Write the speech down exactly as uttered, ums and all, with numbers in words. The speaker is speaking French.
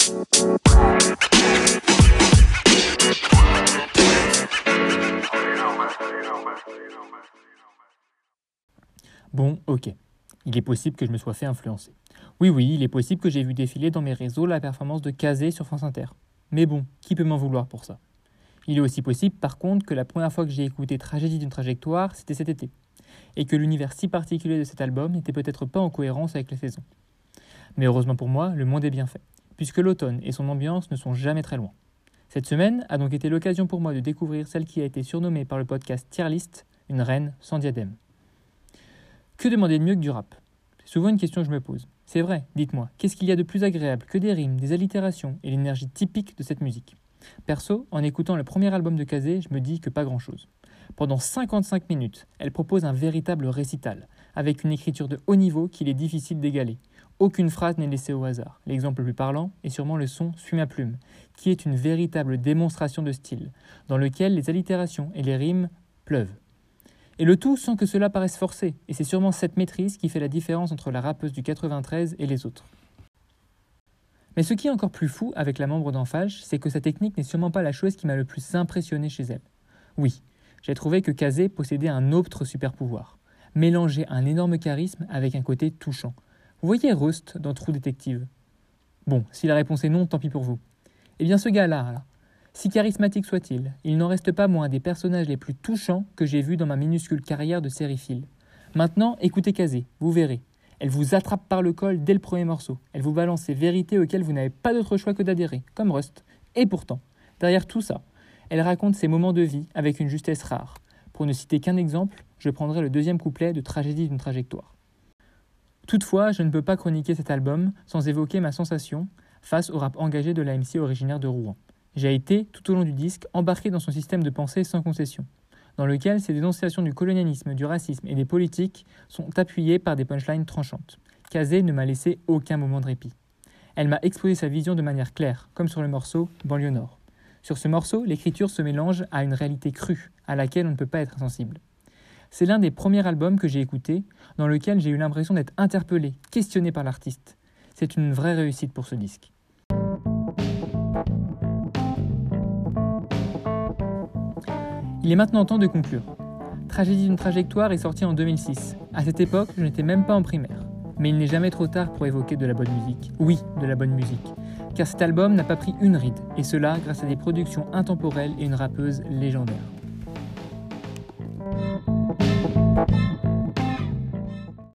Bon, ok. Il est possible que je me sois fait influencer. Oui, oui, il est possible que j'ai vu défiler dans mes réseaux la performance de Kazé sur France Inter. Mais bon, qui peut m'en vouloir pour ça? Il est aussi possible, par contre, que la première fois que j'ai écouté Tragédie d'une trajectoire, c'était cet été. Et que l'univers si particulier de cet album n'était peut-être pas en cohérence avec les saisons. Mais heureusement pour moi, le monde est bien fait, puisque l'automne et son ambiance ne sont jamais très loin. Cette semaine a donc été l'occasion pour moi de découvrir celle qui a été surnommée par le podcast Tier List une reine sans diadème. Que demander de mieux que du rap? C'est souvent une question que je me pose. C'est vrai, dites-moi, qu'est-ce qu'il y a de plus agréable que des rimes, des allitérations et l'énergie typique de cette musique? Perso, en écoutant le premier album de Kazé, je me dis que pas grand-chose. Pendant cinquante-cinq minutes, elle propose un véritable récital, avec une écriture de haut niveau qu'il est difficile d'égaler. Aucune phrase n'est laissée au hasard. L'exemple le plus parlant est sûrement le son « Suis ma plume », qui est une véritable démonstration de style, dans lequel les allitérations et les rimes pleuvent. Et le tout sans que cela paraisse forcé, et c'est sûrement cette maîtrise qui fait la différence entre la rappeuse du quatre-vingt-treize et les autres. Mais ce qui est encore plus fou avec la membre d'Enfage, c'est que sa technique n'est sûrement pas la chose qui m'a le plus impressionné chez elle. Oui, j'ai trouvé que Kazé possédait un autre super pouvoir, mélanger un énorme charisme avec un côté touchant. Vous voyez Rust dans True Detective? Bon, si la réponse est non, tant pis pour vous. Eh bien ce gars-là, là, si charismatique soit-il, il n'en reste pas moins un des personnages les plus touchants que j'ai vus dans ma minuscule carrière de sériephile. Maintenant, écoutez Kazé, vous verrez. Elle vous attrape par le col dès le premier morceau. Elle vous balance ces vérités auxquelles vous n'avez pas d'autre choix que d'adhérer, comme Rust. Et pourtant, derrière tout ça, elle raconte ses moments de vie avec une justesse rare. Pour ne citer qu'un exemple, je prendrai le deuxième couplet de Tragédie d'une trajectoire. Toutefois, je ne peux pas chroniquer cet album sans évoquer ma sensation face au rap engagé de l'A M C originaire de Rouen. J'ai été, tout au long du disque, embarqué dans son système de pensée sans concession, dans lequel ses dénonciations du colonialisme, du racisme et des politiques sont appuyées par des punchlines tranchantes. Kazé ne m'a laissé aucun moment de répit. Elle m'a exposé sa vision de manière claire, comme sur le morceau « Banlieue Nord ». Sur ce morceau, l'écriture se mélange à une réalité crue, à laquelle on ne peut pas être insensible. C'est l'un des premiers albums que j'ai écouté, dans lequel j'ai eu l'impression d'être interpellé, questionné par l'artiste. C'est une vraie réussite pour ce disque. Il est maintenant temps de conclure. Tragédie d'une trajectoire est sorti en deux mille six. À cette époque, je n'étais même pas en primaire. Mais il n'est jamais trop tard pour évoquer de la bonne musique. Oui, de la bonne musique. Car cet album n'a pas pris une ride, et cela grâce à des productions intemporelles et une rappeuse légendaire.